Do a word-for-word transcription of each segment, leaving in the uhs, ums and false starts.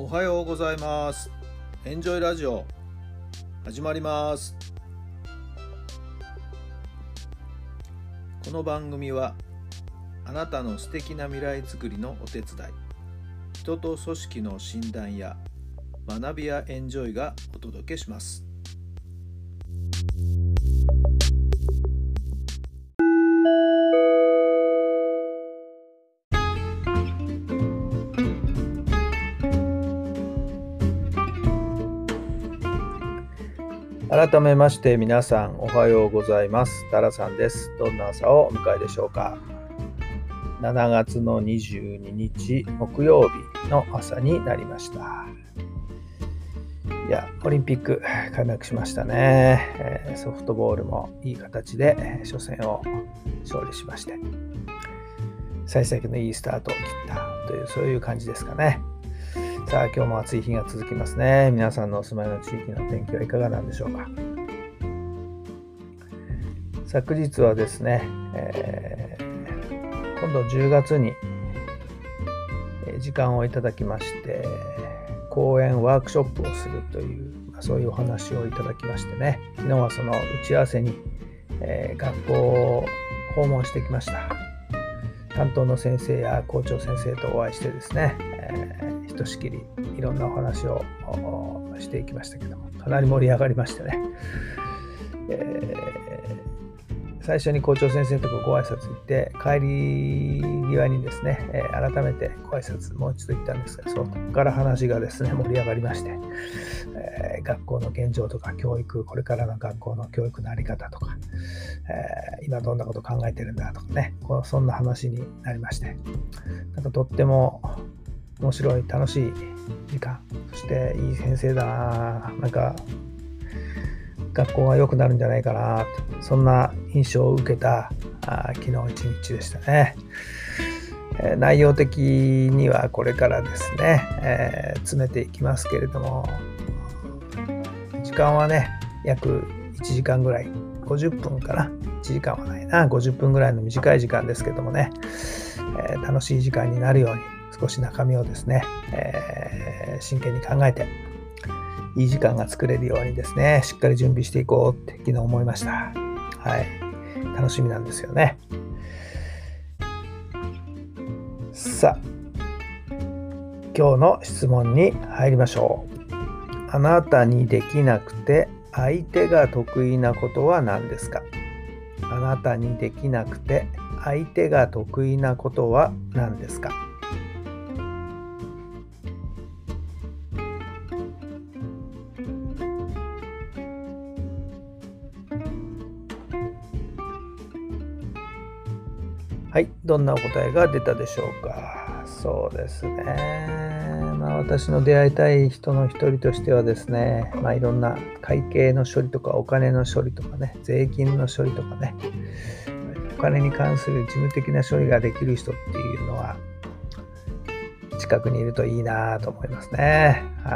おはようございます。エンジョイラジオ始まります。この番組はあなたの素敵な未来づくりのお手伝い、人と組織の診断や学びやエンジョイがお届けします。改めまして皆さんおはようございます。タラさんです。どんな朝をお迎えでしょうか。しちがつのにじゅうににち木曜日の朝になりました。いや、オリンピック開幕しましたね。えー、ソフトボールもいい形で初戦を勝利しまして、幸先のいいスタートを切ったというそういう感じですかね。さあ、今日も暑い日が続きますね。皆さんのお住まいの地域の天気はいかがなんでしょうか。昨日はですね、えー、今度じゅうがつに時間をいただきまして、講演ワークショップをするという、まあ、そういうお話をいただきましてね、昨日はその打ち合わせに、えー、学校を訪問してきました。担当の先生や校長先生とお会いしてですね、えーひとしきりいろんなお話をしていきましたけども、かなり盛り上がりましてね、えー、最初に校長先生とご挨拶行って、帰り際にですね、えー、改めてご挨拶もう一度行ったんですが、そこから話がですね盛り上がりまして、えー、学校の現状とか教育、これからの学校の教育の在り方とか、えー、今どんなことを考えてるんだとかね、こうそんな話になりまして、なんかとっても面白い楽しい時間、そしていい先生だな、なんか学校が良くなるんじゃないかな、そんな印象を受けたあ昨日一日でしたね。えー、内容的にはこれからですね、えー、詰めていきますけれども、時間はね約いちじかんぐらい、ごじゅっぷんかな、いちじかんはないな、ごじゅっぷんぐらいの短い時間ですけどもね、えー、楽しい時間になるように少し中身をですね、えー、真剣に考えていい時間が作れるようにですね、しっかり準備していこうって昨日思いました。はい、楽しみなんですよね。さあ、今日の質問に入りましょう。あなたにできなくて相手が得意なことは何ですか？あなたにできなくて相手が得意なことは何ですか？はい、どんなお答えが出たでしょうか。そうですね。まあ、私の出会いたい人の一人としてはですね、まあ、いろんな会計の処理とかお金の処理とかね、税金の処理とかね、お金に関する事務的な処理ができる人っていうのは近くにいるといいなと思いますね。はい。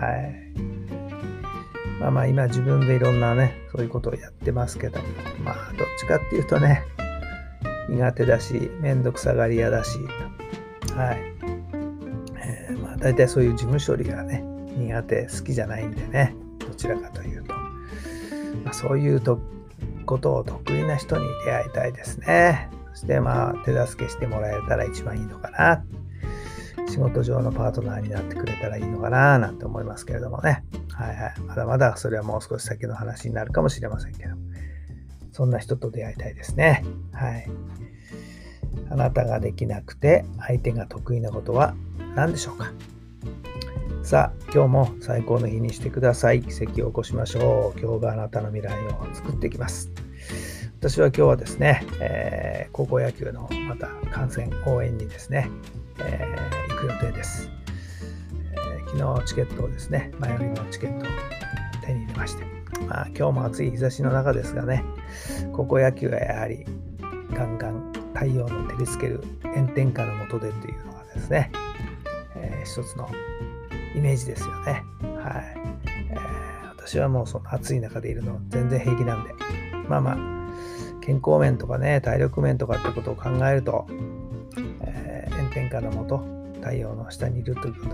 まあまあ今自分でいろんなね、そういうことをやってますけども、まあどっちかっていうとね、苦手だし、めんどくさがり屋だし、はい。えー、まあ大体そういう事務処理がね、苦手、好きじゃないんでね、どちらかというと、まあ、そういうとことを得意な人に出会いたいですね。そしてまあ手助けしてもらえたら一番いいのかな。仕事上のパートナーになってくれたらいいのかななんて思いますけれどもね。はいはい。まだまだそれはもう少し先の話になるかもしれませんけど、そんな人と出会いたいですね。はい。あなたができなくて相手が得意なことは何でしょうか。さあ、今日も最高の日にしてください。奇跡を起こしましょう。今日があなたの未来を作っていきます。私は今日はですね、えー、高校野球のまた観戦応援にですね、えー、行く予定です。えー、昨日チケットをですね、前売りのチケットを手に入れまして、まあ、今日も暑い日差しの中ですがね、高校野球はやはりガンガン太陽の照りつける炎天下の下でというのがですね、えー、一つのイメージですよね。はい。えー、私はもうその暑い中でいるの全然平気なんで、まあまあ健康面とかね、体力面とかってことを考えると、えー、炎天下の下、太陽の下にいるということは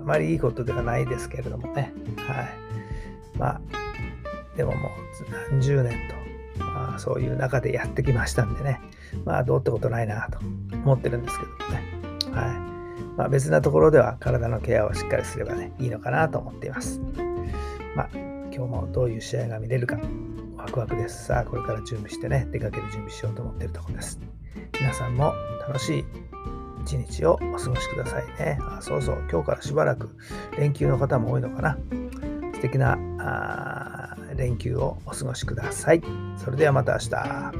まりいいことではないですけれどもね。はい。まあ、でももう何十年と、まあ、そういう中でやってきましたんでね。まあ、どうってことないなと思ってるんですけどもね。はい。まあ、別なところでは体のケアをしっかりすればね、いいのかなと思っています。まあ、今日もどういう試合が見れるか、ワクワクです。さあ、これから準備してね、出かける準備しようと思っているところです。皆さんも楽しい一日をお過ごしくださいね。あ、そうそう、今日からしばらく連休の方も多いのかな。素敵なあ連休をお過ごしください。それではまた明日。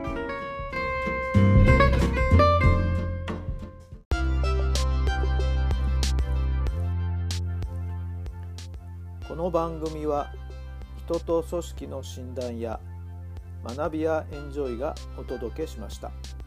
この番組は人と組織の診断や学びやエンジョイがお届けしました。